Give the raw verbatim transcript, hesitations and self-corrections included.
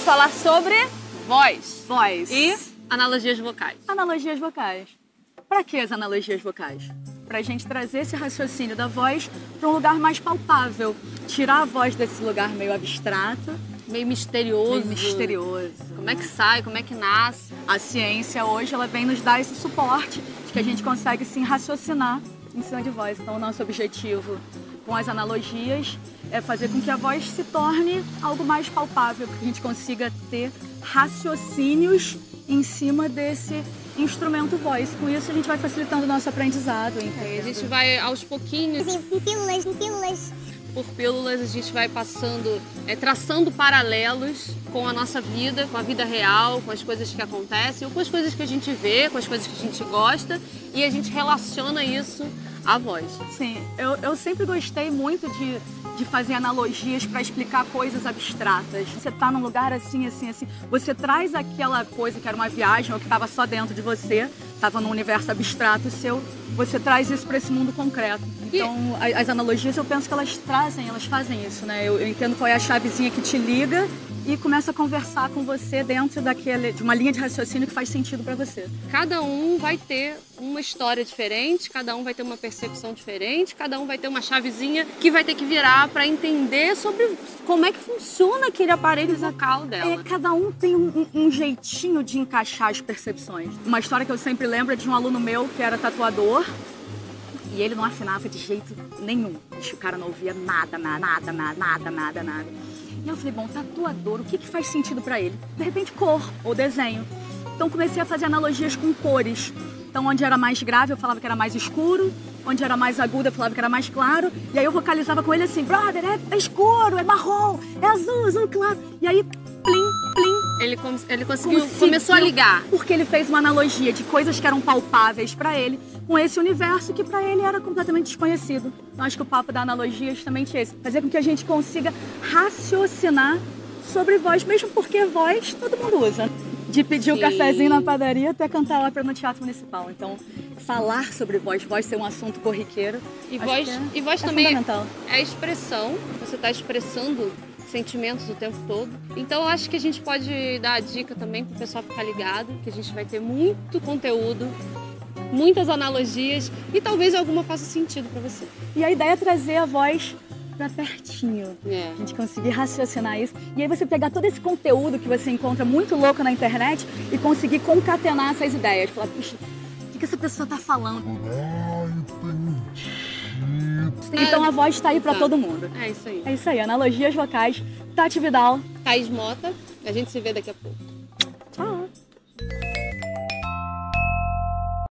falar sobre voz. Voz. E analogias vocais. Analogias vocais. Para que as analogias vocais? Para a gente trazer esse raciocínio da voz para um lugar mais palpável. Tirar a voz desse lugar meio abstrato, Meio misterioso. meio misterioso. Como é que sai, como é que nasce. A ciência hoje ela vem nos dar esse suporte de que a gente consegue sim raciocinar em cima de voz. Então o nosso objetivo com as analogias é fazer com que a voz se torne algo mais palpável, que a gente consiga ter raciocínios em cima desse instrumento voz. Com isso a gente vai facilitando o nosso aprendizado. É, a gente vai aos pouquinhos, Em pílulas, em pílulas. por pílulas, a gente vai passando, é, traçando paralelos com a nossa vida, com a vida real, com as coisas que acontecem, ou com as coisas que a gente vê, com as coisas que a gente gosta, e a gente relaciona isso à voz. Sim, eu, eu sempre gostei muito de, de fazer analogias para explicar coisas abstratas. Você tá num lugar assim, assim, assim, você traz aquela coisa que era uma viagem ou que estava só dentro de você, estava num universo abstrato seu, você traz isso para esse mundo concreto. Então, a- as analogias, eu penso que elas trazem, elas fazem isso, né? Eu, eu entendo qual é a chavezinha que te liga e começa a conversar com você dentro daquele, de uma linha de raciocínio que faz sentido para você. Cada um vai ter uma história diferente, cada um vai ter uma percepção diferente, cada um vai ter uma chavezinha que vai ter que virar para entender sobre como é que funciona aquele aparelho vocal É, dela. cada um tem um, um- um jeitinho de encaixar as percepções. Uma história que eu sempre lembro é de um aluno meu que era tatuador e ele não afinava de jeito nenhum. O cara não ouvia nada, nada, nada, nada, nada, nada, nada. E eu falei, bom, tatuador, o que, que faz sentido pra ele? De repente, cor ou desenho. Então comecei a fazer analogias com cores. Então, onde era mais grave, eu falava que era mais escuro. Onde era mais agudo, eu falava que era mais claro. E aí eu vocalizava com ele assim, brother, é, é escuro, é marrom, é azul, azul claro. E aí, plim, plim, Ele, com- ele conseguiu, conseguiu- começou a ligar. Porque ele fez uma analogia de coisas que eram palpáveis pra ele com esse universo que pra ele era completamente desconhecido. Então, acho que o papo da analogia é justamente esse. Fazer com que a gente consiga raciocinar sobre voz, mesmo porque voz todo mundo usa. De pedir o Sim. cafezinho na padaria até cantar ópera no Teatro Municipal. Então, falar sobre voz, voz ser um assunto corriqueiro. E acho voz, que é- e voz é também fundamental. é expressão, você está expressando sentimentos o tempo todo. Então eu acho que a gente pode dar a dica também para o pessoal ficar ligado, que a gente vai ter muito conteúdo, muitas analogias e talvez alguma faça sentido para você. E a ideia é trazer a voz pra pertinho. É. A gente conseguir raciocinar isso. E aí você pegar todo esse conteúdo que você encontra muito louco na internet e conseguir concatenar essas ideias. Falar, puxa, o que que essa pessoa tá falando? Então a voz tá aí pra Tá. todo mundo. É isso aí. É isso aí, analogias vocais. Tati Vidal. Thaís Mota, a gente se vê daqui a pouco.